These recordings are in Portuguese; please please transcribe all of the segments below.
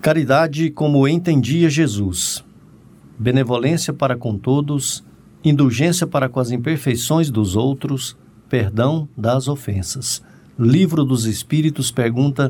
Caridade como entendia Jesus. Benevolência para com todos, indulgência para com as imperfeições dos outros, perdão das ofensas. Livro dos Espíritos, pergunta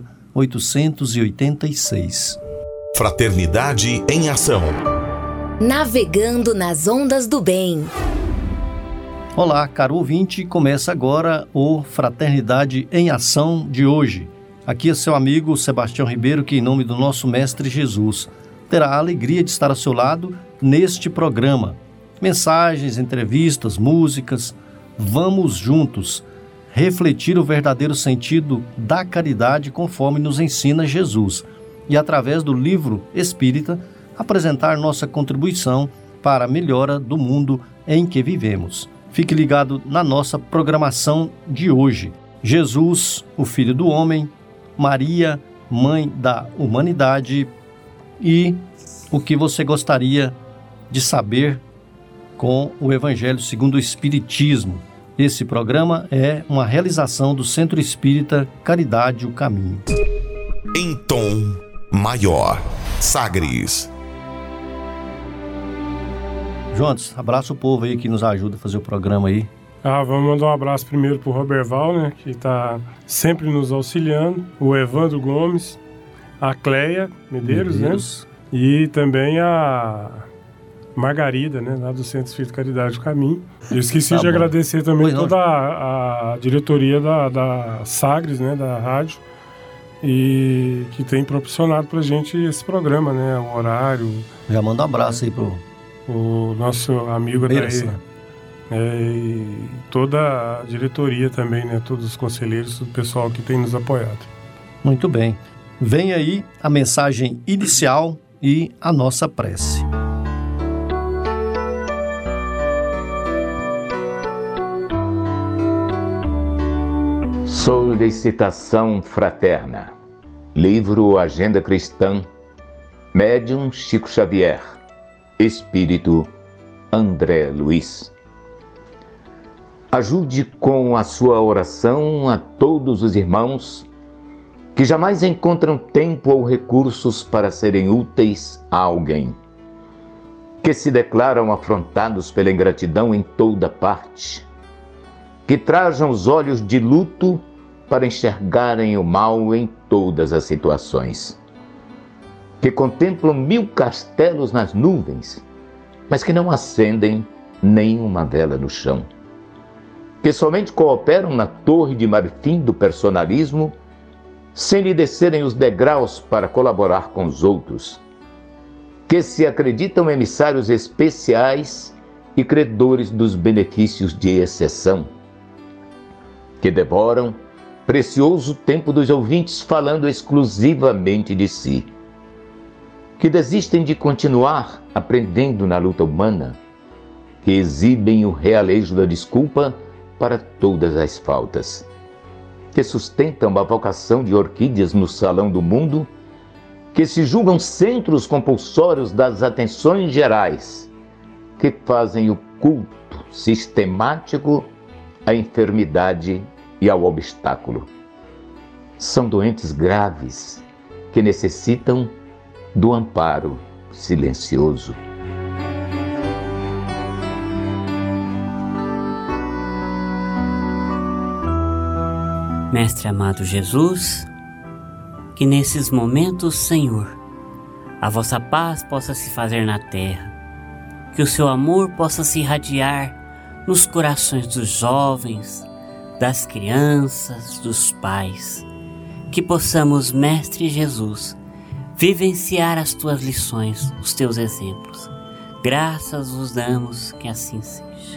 886. Fraternidade em ação. Navegando nas ondas do bem. Olá, caro ouvinte, começa agora o Fraternidade em Ação de hoje. Aqui é seu amigo Sebastião Ribeiro, que em nome do nosso Mestre Jesus, terá a alegria de estar ao seu lado neste programa. Mensagens, entrevistas, músicas. Vamos juntos refletir o verdadeiro sentido da caridade conforme nos ensina Jesus e, através do livro espírita, apresentar nossa contribuição para a melhora do mundo em que vivemos. Fique ligado na nossa programação de hoje. Jesus, o Filho do Homem, Maria, Mãe da Humanidade e o que você gostaria de saber com o Evangelho segundo o Espiritismo. Esse programa é uma realização do Centro Espírita Caridade, o Caminho. Em tom maior, Sagres. Jones, abraça o povo aí que nos ajuda a fazer o programa aí. Vamos mandar um abraço primeiro pro Roberval, né, que está sempre nos auxiliando, o Evandro Gomes, a Cleia Medeiros, né, e também a Margarida, né, lá do Centro Espírita Caridade do Caminho. Eu esqueci de agradecer também toda a diretoria da Sagres, né, da rádio, e que tem proporcionado pra gente esse programa, né, o horário. Já manda um abraço aí pro o nosso amigo Adair. E toda a diretoria também, né? Todos os conselheiros, o pessoal que tem nos apoiado. Muito bem. Vem aí a mensagem inicial e a nossa prece. Solicitação fraterna. Livro Agenda Cristã. Médium Chico Xavier. Espírito André Luiz. Ajude com a sua oração a todos os irmãos que jamais encontram tempo ou recursos para serem úteis a alguém, que se declaram afrontados pela ingratidão em toda parte, que trajam os olhos de luto para enxergarem o mal em todas as situações, que contemplam 1000 castelos nas nuvens, mas que não acendem nem uma vela no chão, que somente cooperam na torre de marfim do personalismo, sem lhe descerem os degraus para colaborar com os outros, que se acreditam emissários especiais e credores dos benefícios de exceção, que devoram precioso tempo dos ouvintes falando exclusivamente de si, que desistem de continuar aprendendo na luta humana, que exibem o realejo da desculpa para todas as faltas, que sustentam a vocação de orquídeas no salão do mundo, que se julgam centros compulsórios das atenções gerais, que fazem o culto sistemático à enfermidade e ao obstáculo. São doentes graves que necessitam do amparo silencioso. Mestre amado Jesus, que nesses momentos, Senhor, a vossa paz possa se fazer na terra, que o seu amor possa se irradiar nos corações dos jovens, das crianças, dos pais, que possamos, Mestre Jesus, vivenciar as tuas lições, os teus exemplos. Graças vos damos, que assim seja.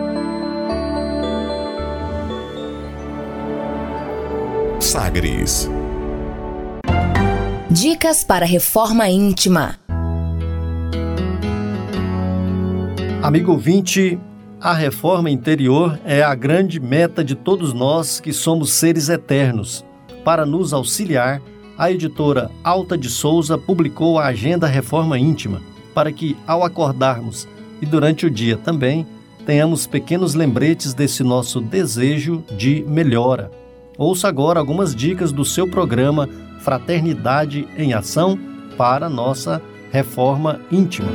Sagres. Dicas para reforma íntima. Amigo ouvinte, a reforma interior é a grande meta de todos nós que somos seres eternos. Para nos auxiliar, a editora Alta de Souza publicou a Agenda Reforma Íntima, para que, ao acordarmos e durante o dia também, tenhamos pequenos lembretes desse nosso desejo de melhora. Ouça agora algumas dicas do seu programa Fraternidade em Ação, para nossa reforma íntima.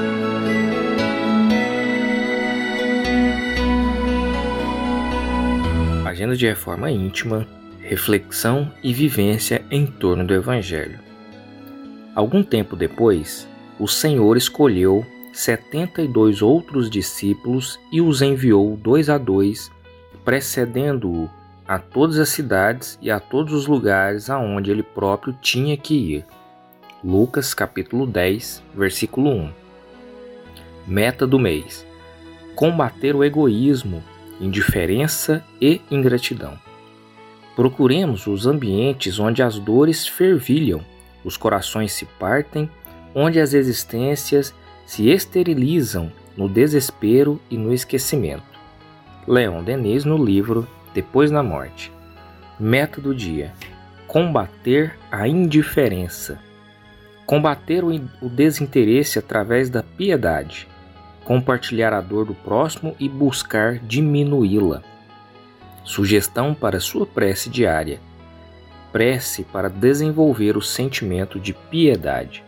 Agenda de reforma íntima, reflexão e vivência em torno do Evangelho. Algum tempo depois, o Senhor escolheu 72 outros discípulos e os enviou 2 a 2, precedendo-o a todas as cidades e a todos os lugares aonde ele próprio tinha que ir. Lucas capítulo 10, versículo 1. Meta do mês: combater o egoísmo, indiferença e ingratidão. Procuremos os ambientes onde as dores fervilham, os corações se partem, onde as existências se esterilizam no desespero e no esquecimento. Leon Denis no livro Depois da Morte. Meta do dia: combater a indiferença. Combater o desinteresse através da piedade. Compartilhar a dor do próximo e buscar diminuí-la. Sugestão para sua prece diária: prece para desenvolver o sentimento de piedade.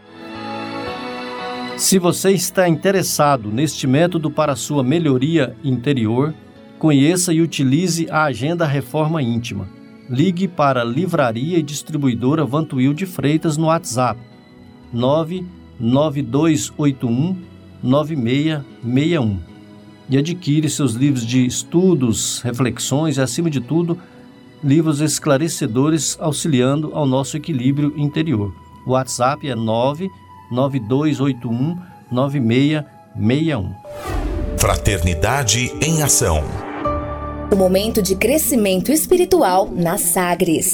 Se você está interessado neste método para sua melhoria interior, conheça e utilize a Agenda Reforma Íntima. Ligue para a Livraria e Distribuidora Vantuil de Freitas no WhatsApp 99281-9661 e adquire seus livros de estudos, reflexões e, acima de tudo, livros esclarecedores auxiliando ao nosso equilíbrio interior. O WhatsApp é 99281-9661. Fraternidade em Ação. O momento de crescimento espiritual na Sagres.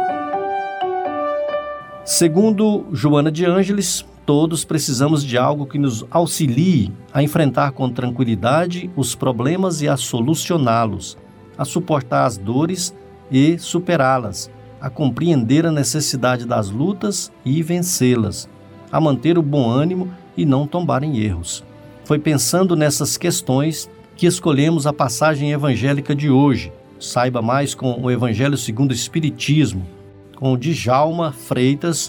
Segundo Joana de Ângeles, todos precisamos de algo que nos auxilie a enfrentar com tranquilidade os problemas e a solucioná-los, a suportar as dores e superá-las, a compreender a necessidade das lutas e vencê-las, a manter o bom ânimo e não tombar em erros. Foi pensando nessas questões que escolhemos a passagem evangélica de hoje. Saiba mais com o Evangelho segundo o Espiritismo, com Djalma Freitas.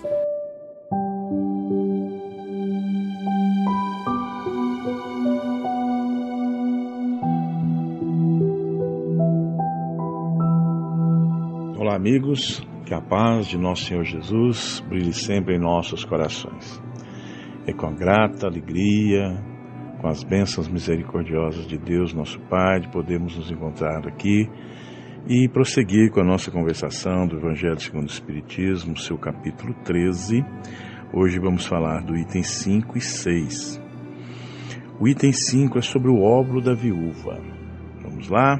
Olá, amigos, que a paz de nosso Senhor Jesus brilhe sempre em nossos corações. É com grata alegria, com as bênçãos misericordiosas de Deus, nosso Pai, de podermos nos encontrar aqui e prosseguir com a nossa conversação do Evangelho segundo o Espiritismo, seu capítulo 13. Hoje vamos falar do item 5 e 6. O item 5 é sobre o óbolo da viúva. Vamos lá?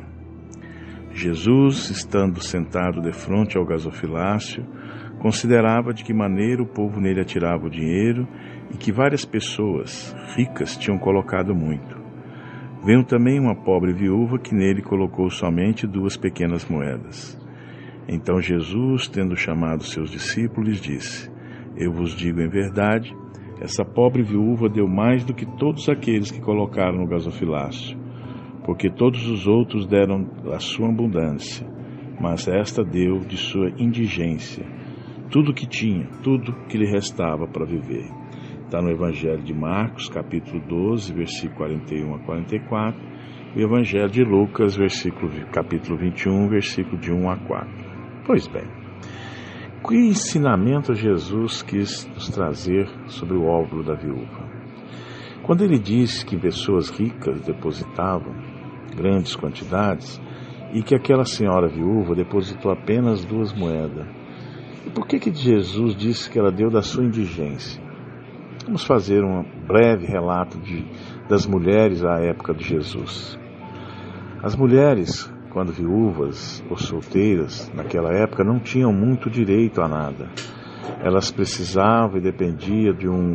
Jesus, estando sentado defronte ao gasofilácio, considerava de que maneira o povo nele atirava o dinheiro e que várias pessoas ricas tinham colocado muito. Veio também uma pobre viúva que nele colocou somente 2 pequenas moedas. Então Jesus, tendo chamado seus discípulos, lhes disse: Eu vos digo em verdade, essa pobre viúva deu mais do que todos aqueles que colocaram no gasofilácio, porque todos os outros deram a sua abundância, mas esta deu de sua indigência tudo o que tinha, tudo que lhe restava para viver. Está no Evangelho de Marcos, capítulo 12, versículo 41 a 44, e o Evangelho de Lucas, capítulo 21, versículo de 1 a 4. Pois bem, que ensinamento Jesus quis nos trazer sobre o óbolo da viúva? Quando ele disse que pessoas ricas depositavam grandes quantidades e que aquela senhora viúva depositou apenas 2 moedas, e por que Jesus disse que ela deu da sua indigência? Vamos fazer um breve relato das mulheres à época de Jesus. As mulheres, quando viúvas ou solteiras, naquela época, não tinham muito direito a nada. Elas precisavam e dependiam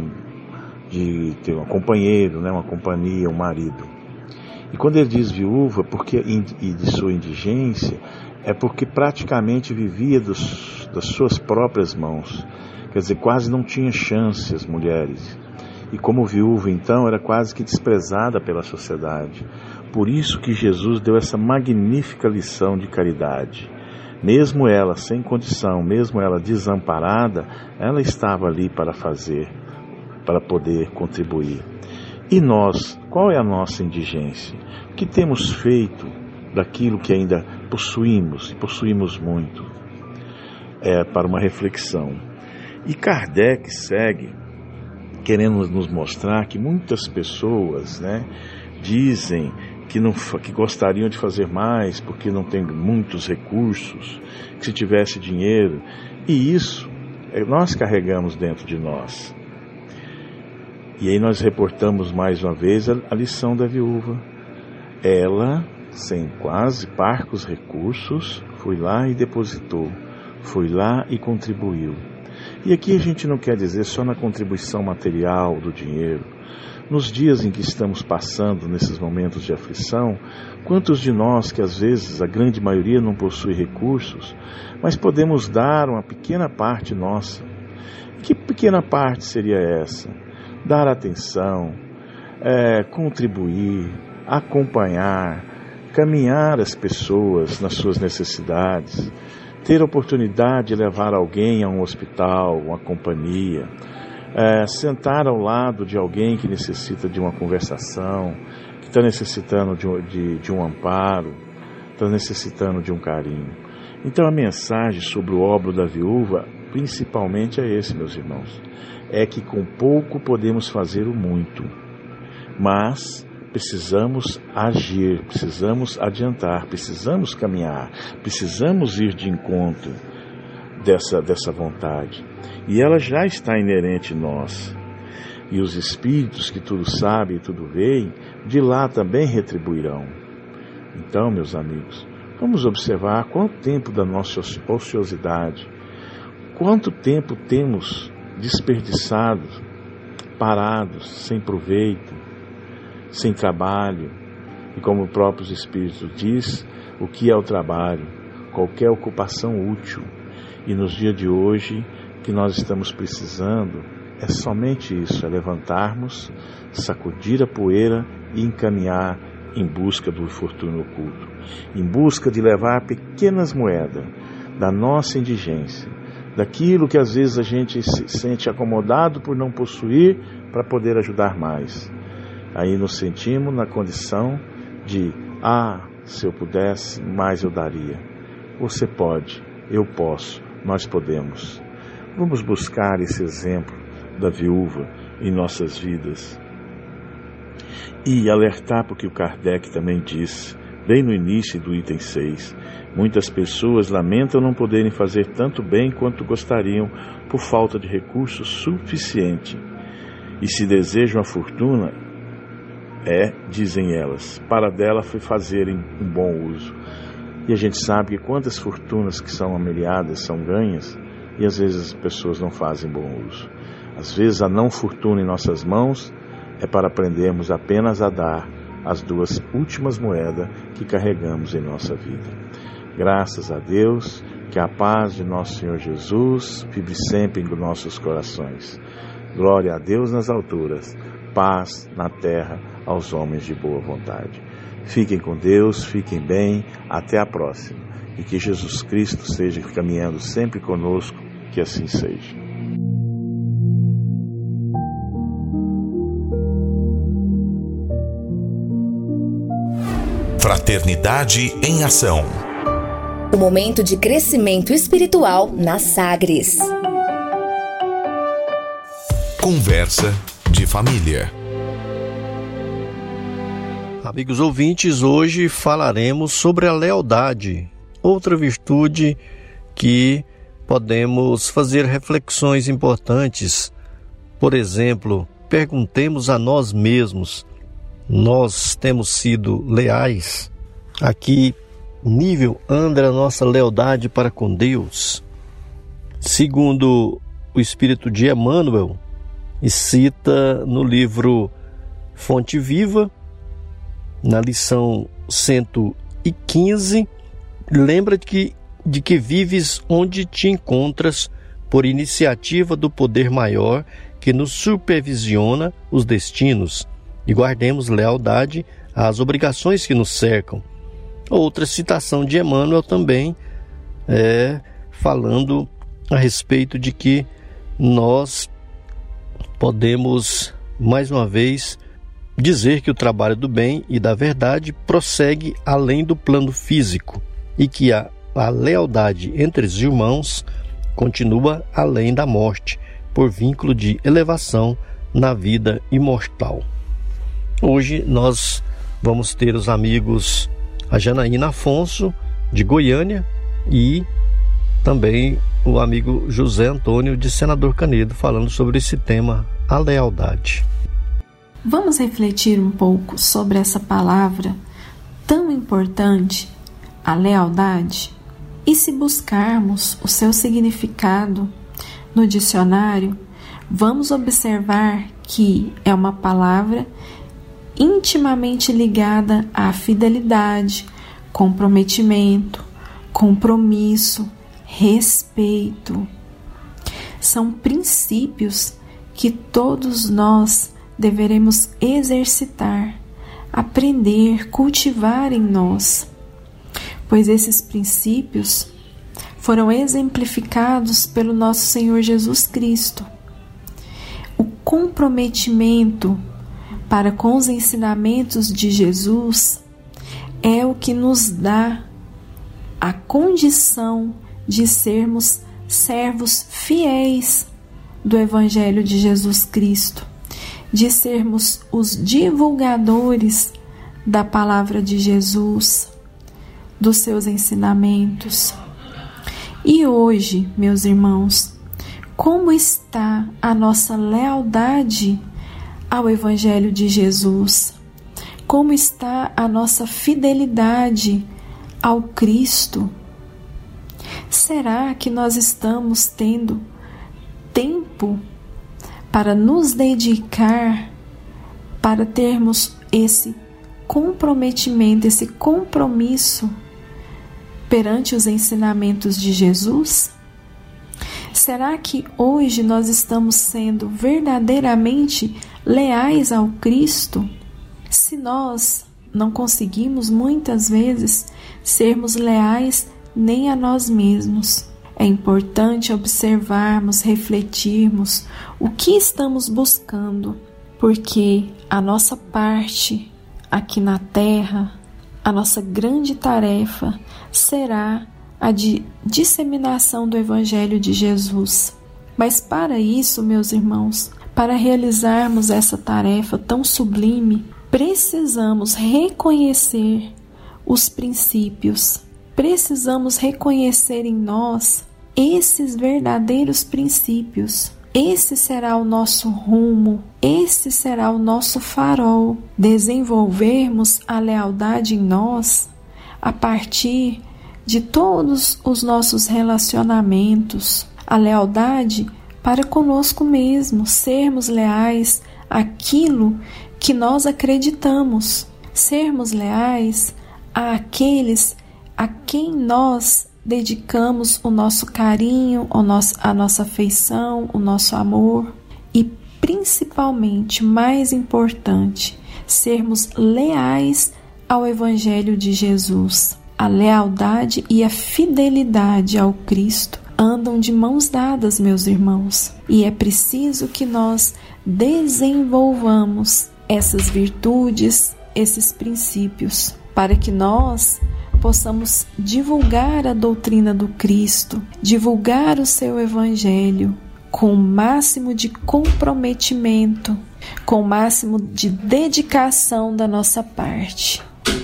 de ter um companheiro, uma companhia, um marido. E quando ele diz viúva e de sua indigência, é porque praticamente vivia das suas próprias mãos. Quer dizer, quase não tinha chance as mulheres. E como viúva, então, era quase que desprezada pela sociedade. Por isso que Jesus deu essa magnífica lição de caridade. Mesmo ela sem condição, mesmo ela desamparada, ela estava ali para fazer, para poder contribuir. E nós, qual é a nossa indigência? O que temos feito daquilo que ainda possuímos, e possuímos muito? É para uma reflexão. E Kardec segue querendo nos mostrar que muitas pessoas, dizem que gostariam de fazer mais porque não tem muitos recursos, que se tivesse dinheiro. E isso nós carregamos dentro de nós. E aí nós reportamos mais uma vez a lição da viúva. Ela, sem quase parcos recursos, foi lá e depositou, foi lá e contribuiu. E aqui a gente não quer dizer só na contribuição material do dinheiro. Nos dias em que estamos passando, nesses momentos de aflição, quantos de nós que às vezes, a grande maioria, não possui recursos, mas podemos dar uma pequena parte nossa. Que pequena parte seria essa? Dar atenção, contribuir, acompanhar, caminhar as pessoas nas suas necessidades, ter a oportunidade de levar alguém a um hospital, uma companhia, sentar ao lado de alguém que necessita de uma conversação, que está necessitando de um amparo, está necessitando de um carinho. Então a mensagem sobre o óbolo da viúva, principalmente é esse, meus irmãos, é que com pouco podemos fazer o muito, mas precisamos agir, precisamos adiantar, precisamos caminhar, precisamos ir de encontro dessa vontade. E ela já está inerente em nós. E os espíritos que tudo sabem e tudo veem, de lá também retribuirão. Então, meus amigos, vamos observar quanto tempo da nossa ociosidade, quanto tempo temos desperdiçado, parados, sem proveito, sem trabalho. E como o próprio Espírito diz, o que é o trabalho? Qualquer ocupação útil. E nos dias de hoje, que nós estamos precisando, é somente isso, é levantarmos, sacudir a poeira e encaminhar em busca do infortúnio oculto, em busca de levar pequenas moedas da nossa indigência, daquilo que às vezes a gente se sente acomodado por não possuir para poder ajudar mais. Aí nos sentimos na condição de, se eu pudesse, mais eu daria. Você pode, eu posso, nós podemos. Vamos buscar esse exemplo da viúva em nossas vidas e alertar porque o Kardec também disse, bem no início do item 6, muitas pessoas lamentam não poderem fazer tanto bem quanto gostariam por falta de recurso suficiente e se desejam a fortuna, dizem elas, para dela foi fazerem um bom uso. E a gente sabe que quantas fortunas que são amelhadas, são ganhas, e às vezes as pessoas não fazem bom uso. Às vezes a não fortuna em nossas mãos é para aprendermos apenas a dar as 2 últimas moedas que carregamos em nossa vida. Graças a Deus, que a paz de nosso Senhor Jesus vive sempre em nossos corações. Glória a Deus nas alturas, paz na terra aos homens de boa vontade. Fiquem com Deus, fiquem bem, até a próxima. E que Jesus Cristo esteja caminhando sempre conosco, que assim seja. Fraternidade em Ação. O momento de crescimento espiritual na Sagres. Conversa de família. Amigos ouvintes, hoje falaremos sobre a lealdade, outra virtude que podemos fazer reflexões importantes. Por exemplo, perguntemos a nós mesmos: nós temos sido leais? A que nível anda a nossa lealdade para com Deus? Segundo o Espírito de Emmanuel, e cita no livro Fonte Viva, na lição 115, lembra de que vives onde te encontras por iniciativa do poder maior que nos supervisiona os destinos, e guardemos lealdade às obrigações que nos cercam. Outra citação de Emmanuel também, falando a respeito de que nós podemos, mais uma vez, dizer que o trabalho do bem e da verdade prossegue além do plano físico e que a lealdade entre os irmãos continua além da morte, por vínculo de elevação na vida imortal. Hoje nós vamos ter os amigos a Janaína Afonso, de Goiânia, e também o amigo José Antônio, de Senador Canedo, falando sobre esse tema, a lealdade. Vamos refletir um pouco sobre essa palavra tão importante, a lealdade? E se buscarmos o seu significado no dicionário, vamos observar que é uma palavra intimamente ligada à fidelidade, comprometimento, compromisso, respeito. São princípios que todos nós deveremos exercitar, aprender, cultivar em nós, pois esses princípios foram exemplificados pelo nosso Senhor Jesus Cristo. O comprometimento para com os ensinamentos de Jesus é o que nos dá a condição de sermos servos fiéis do Evangelho de Jesus Cristo, de sermos os divulgadores da palavra de Jesus, dos seus ensinamentos. E hoje, meus irmãos, como está a nossa lealdade ao Evangelho de Jesus? Como está a nossa fidelidade ao Cristo? Será que nós estamos tendo tempo para nos dedicar, para termos esse comprometimento, esse compromisso perante os ensinamentos de Jesus? Será que hoje nós estamos sendo verdadeiramente leais ao Cristo? Se nós não conseguimos muitas vezes sermos leais nem a nós mesmos, é importante observarmos, refletirmos o que estamos buscando, porque a nossa parte aqui na terra, a nossa grande tarefa será a de disseminação do Evangelho de Jesus. Mas para isso, meus irmãos, para realizarmos essa tarefa tão sublime, precisamos reconhecer os princípios, precisamos reconhecer em nós esses verdadeiros princípios. Esse será o nosso rumo, esse será o nosso farol. Desenvolvermos a lealdade em nós a partir de todos os nossos relacionamentos, a lealdade para conosco mesmos, sermos leais àquilo que nós acreditamos, sermos leais àqueles a quem nós dedicamos o nosso carinho, a nossa afeição, o nosso amor e, principalmente, mais importante, sermos leais ao Evangelho de Jesus. A lealdade e a fidelidade ao Cristo andam de mãos dadas, meus irmãos, e é preciso que nós desenvolvamos essas virtudes, esses princípios, para que nós possamos divulgar a doutrina do Cristo, divulgar o seu Evangelho com o máximo de comprometimento, com o máximo de dedicação da nossa parte.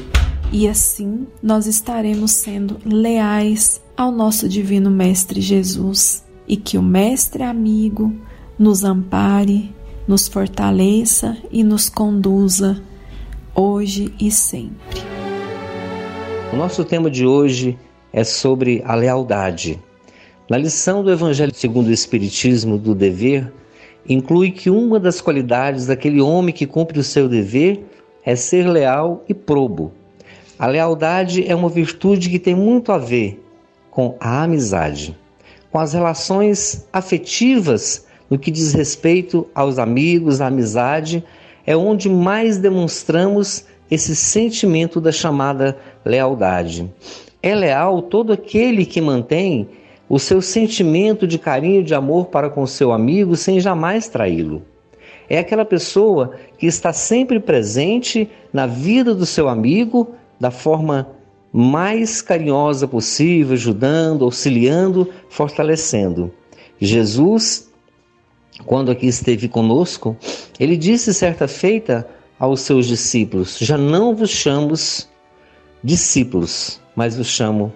E assim nós estaremos sendo leais ao nosso Divino Mestre Jesus, e que o Mestre amigo nos ampare, nos fortaleça e nos conduza hoje e sempre. O nosso tema de hoje é sobre a lealdade. Na lição do Evangelho segundo o Espiritismo do dever, inclui que uma das qualidades daquele homem que cumpre o seu dever é ser leal e probo. A lealdade é uma virtude que tem muito a ver com a amizade, com as relações afetivas no que diz respeito aos amigos, a amizade, é onde mais demonstramos esse sentimento da chamada lealdade. É leal todo aquele que mantém o seu sentimento de carinho e de amor para com o seu amigo sem jamais traí-lo. É aquela pessoa que está sempre presente na vida do seu amigo da forma mais carinhosa possível, ajudando, auxiliando, fortalecendo. Jesus, quando aqui esteve conosco, ele disse certa feita aos seus discípulos: já não vos chamo discípulos, mas vos chamo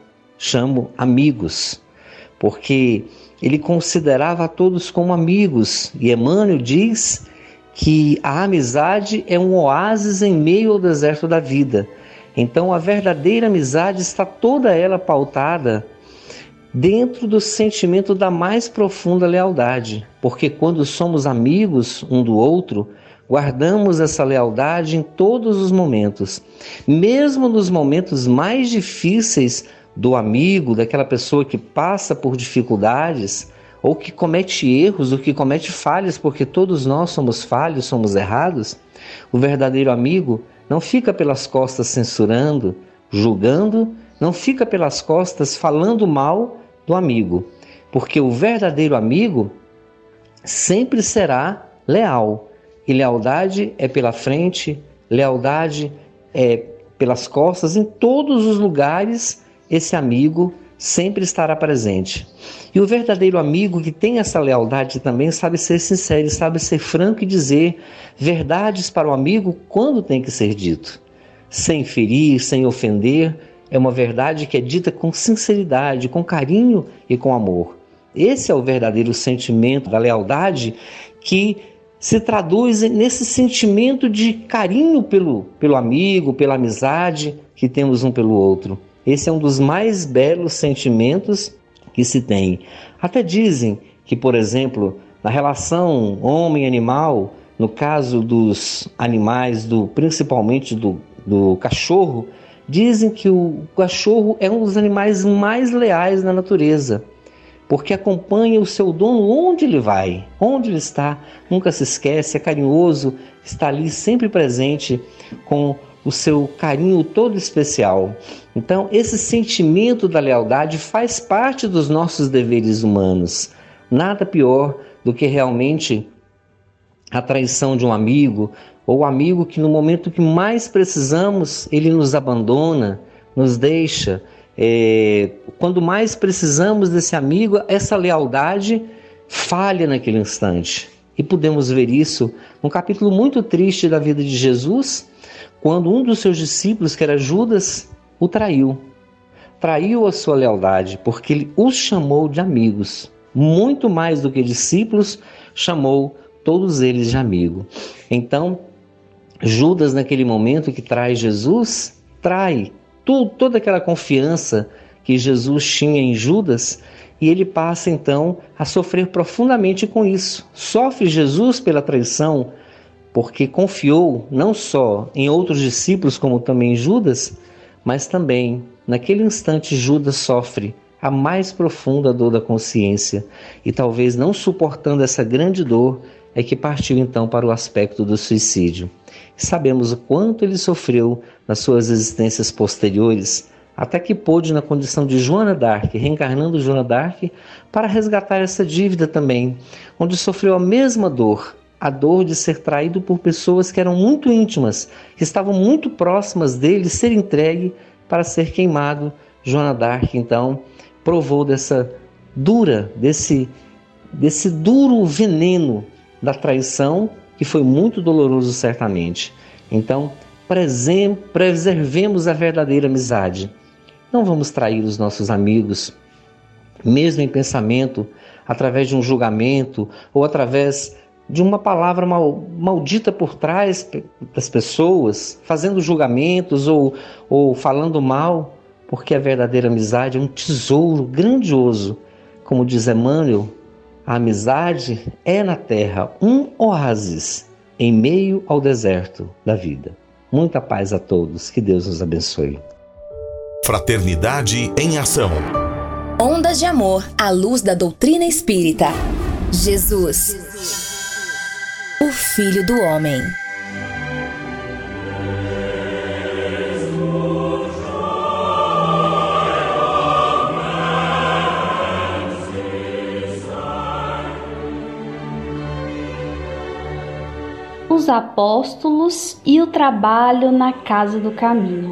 amigos, porque ele considerava a todos como amigos. E Emmanuel diz que a amizade é um oásis em meio ao deserto da vida. Então a verdadeira amizade está toda ela pautada dentro do sentimento da mais profunda lealdade, porque quando somos amigos um do outro, guardamos essa lealdade em todos os momentos, mesmo nos momentos mais difíceis do amigo, daquela pessoa que passa por dificuldades, ou que comete erros, ou que comete falhas, porque todos nós somos falhos, somos errados. O verdadeiro amigo não fica pelas costas censurando, julgando, não fica pelas costas falando mal do amigo, porque o verdadeiro amigo sempre será leal. E lealdade é pela frente, lealdade é pelas costas, em todos os lugares esse amigo sempre estará presente. E o verdadeiro amigo que tem essa lealdade também sabe ser sincero, sabe ser franco e dizer verdades para o amigo quando tem que ser dito, sem ferir, sem ofender. É uma verdade que é dita com sinceridade, com carinho e com amor. Esse é o verdadeiro sentimento da lealdade, que se traduz nesse sentimento de carinho pelo amigo, pela amizade que temos um pelo outro. Esse é um dos mais belos sentimentos que se tem. Até dizem que, por exemplo, na relação homem-animal, no caso dos animais, principalmente do cachorro, dizem que o cachorro é um dos animais mais leais na natureza, porque acompanha o seu dono onde ele vai, onde ele está, nunca se esquece, é carinhoso, está ali sempre presente com o seu carinho todo especial. Então, esse sentimento da lealdade faz parte dos nossos deveres humanos. Nada pior do que realmente a traição de um amigo, ou o amigo que no momento que mais precisamos, ele nos abandona, nos deixa. Quando mais precisamos desse amigo, essa lealdade falha naquele instante. E podemos ver isso num capítulo muito triste da vida de Jesus, quando um dos seus discípulos, que era Judas, o traiu. Traiu a sua lealdade, porque ele os chamou de amigos. Muito mais do que discípulos, chamou todos eles de amigo. Então, Judas, naquele momento que trai Jesus, trai toda aquela confiança que Jesus tinha em Judas, e ele passa então a sofrer profundamente com isso. Sofre Jesus pela traição, porque confiou não só em outros discípulos, como também Judas, mas também, naquele instante, Judas sofre a mais profunda dor da consciência, e talvez não suportando essa grande dor, é que partiu então para o aspecto do suicídio. Sabemos o quanto ele sofreu nas suas existências posteriores, até que pôde, na condição de Joana d'Arc, reencarnando Joana d'Arc, para resgatar essa dívida também, onde sofreu a mesma dor, a dor de ser traído por pessoas que eram muito íntimas, que estavam muito próximas dele, ser entregue para ser queimado. Joana d'Arc, então, provou desse duro veneno da traição, que foi muito doloroso certamente. Então, preservemos a verdadeira amizade. Não vamos trair os nossos amigos, mesmo em pensamento, através de um julgamento ou através de uma palavra maldita por trás das pessoas, fazendo julgamentos ou falando mal, porque a verdadeira amizade é um tesouro grandioso. Como diz Emmanuel, a amizade é na terra um oásis em meio ao deserto da vida. Muita paz a todos, que Deus nos abençoe. Fraternidade em Ação. Ondas de amor à luz da doutrina espírita. Jesus, o Filho do Homem. os apóstolos e o trabalho na Casa do Caminho.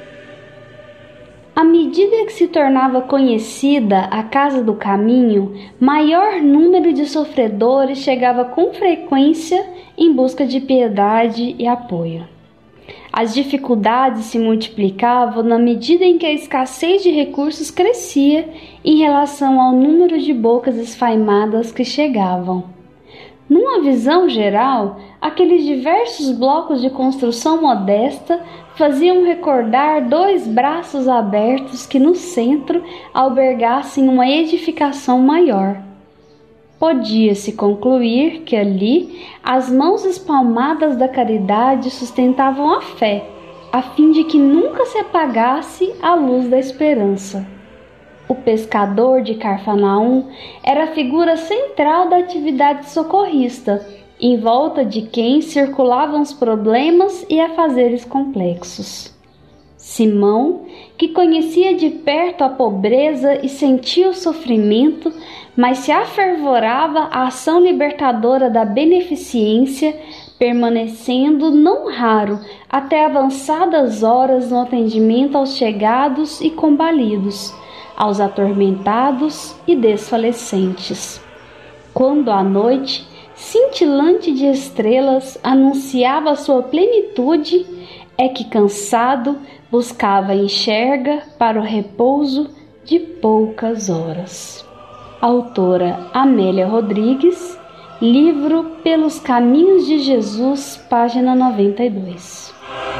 À medida que se tornava conhecida a Casa do Caminho, maior número de sofredores chegava com frequência em busca de piedade e apoio. As dificuldades se multiplicavam na medida em que a escassez de recursos crescia em relação ao número de bocas esfaimadas que chegavam. Numa visão geral, aqueles diversos blocos de construção modesta faziam recordar 2 braços abertos que no centro albergassem uma edificação maior. Podia-se concluir que ali as mãos espalmadas da caridade sustentavam a fé, a fim de que nunca se apagasse a luz da esperança. O pescador de Carfanaum era a figura central da atividade socorrista, em volta de quem circulavam os problemas e afazeres complexos. Simão, que conhecia de perto a pobreza e sentia o sofrimento, mas se afervorava à ação libertadora da beneficência, permanecendo não raro até avançadas horas no atendimento aos chegados e combalidos, aos atormentados e desfalecentes. Quando a noite, cintilante de estrelas, anunciava sua plenitude, é que cansado buscava enxerga para o repouso de poucas horas. Autora Amélia Rodrigues, livro Pelos Caminhos de Jesus, página 92.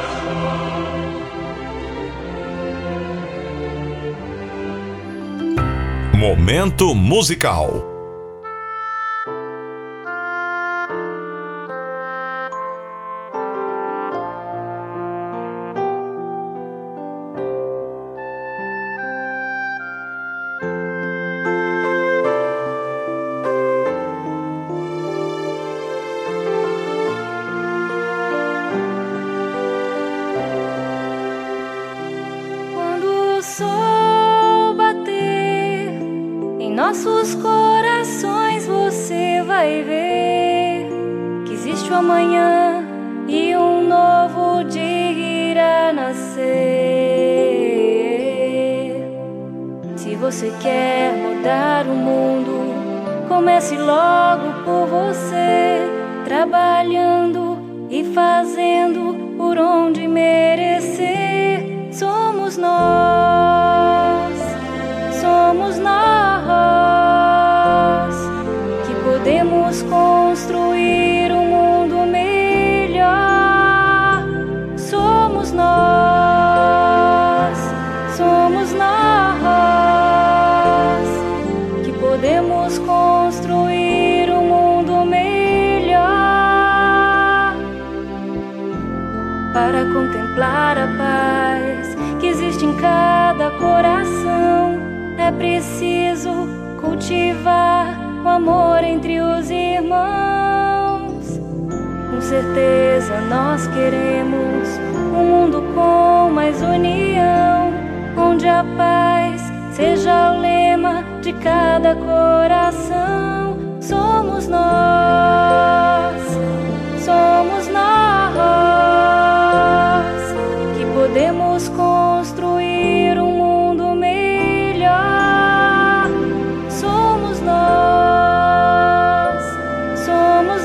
Momento musical. Nossos corações você vai ver que existe um amanhã e um novo dia irá nascer. Se você quer mudar o mundo, comece logo por você, trabalhando e fazendo por onde merecer. Somos nós, somos nós que podemos construir um mundo melhor. Somos nós, somos nós que podemos construir um mundo melhor. Para contemplar a paz que existe em cada coração, é preciso cultivar o amor entre os irmãos. Com certeza nós queremos um mundo com mais união, onde a paz seja o lema de cada coração. Somos nós, somos nós que podemos construir um mundo melhor. Somos nós, somos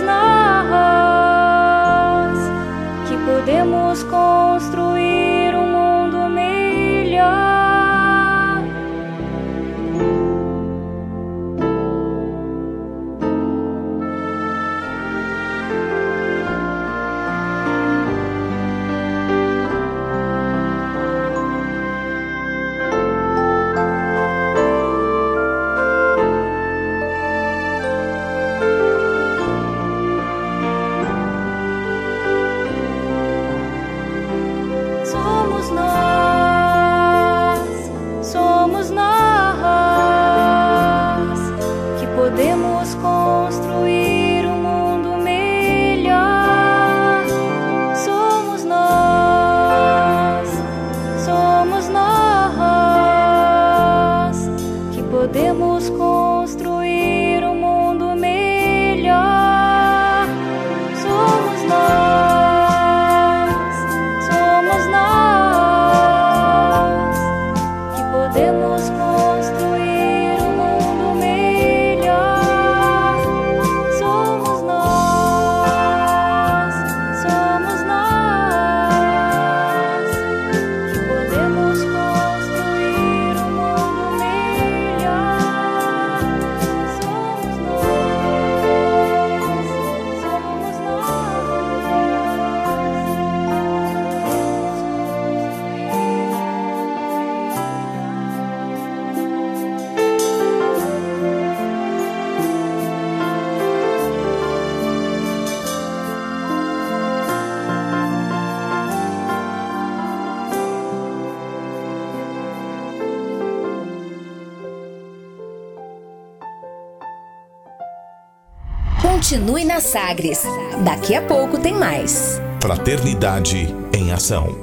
nós que podemos construir um mundo melhor. Continue na Sagres. Daqui a pouco tem mais. Fraternidade em Ação.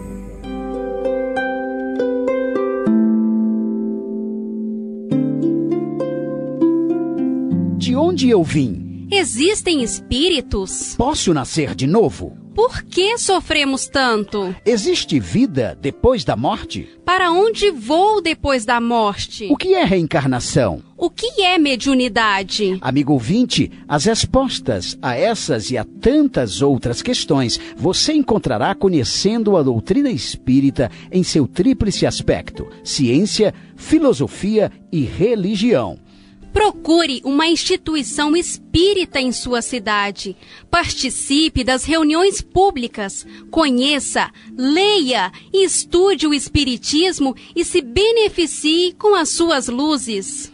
De onde eu vim? Existem espíritos? Posso nascer de novo? Por que sofremos tanto? Existe vida depois da morte? Para onde vou depois da morte? O que é reencarnação? O que é mediunidade? Amigo ouvinte, as respostas a essas e a tantas outras questões você encontrará conhecendo a doutrina espírita em seu tríplice aspecto: ciência, filosofia e religião. Procure uma instituição espírita em sua cidade. Participe das reuniões públicas. Conheça, leia e estude o espiritismo e se beneficie com as suas luzes.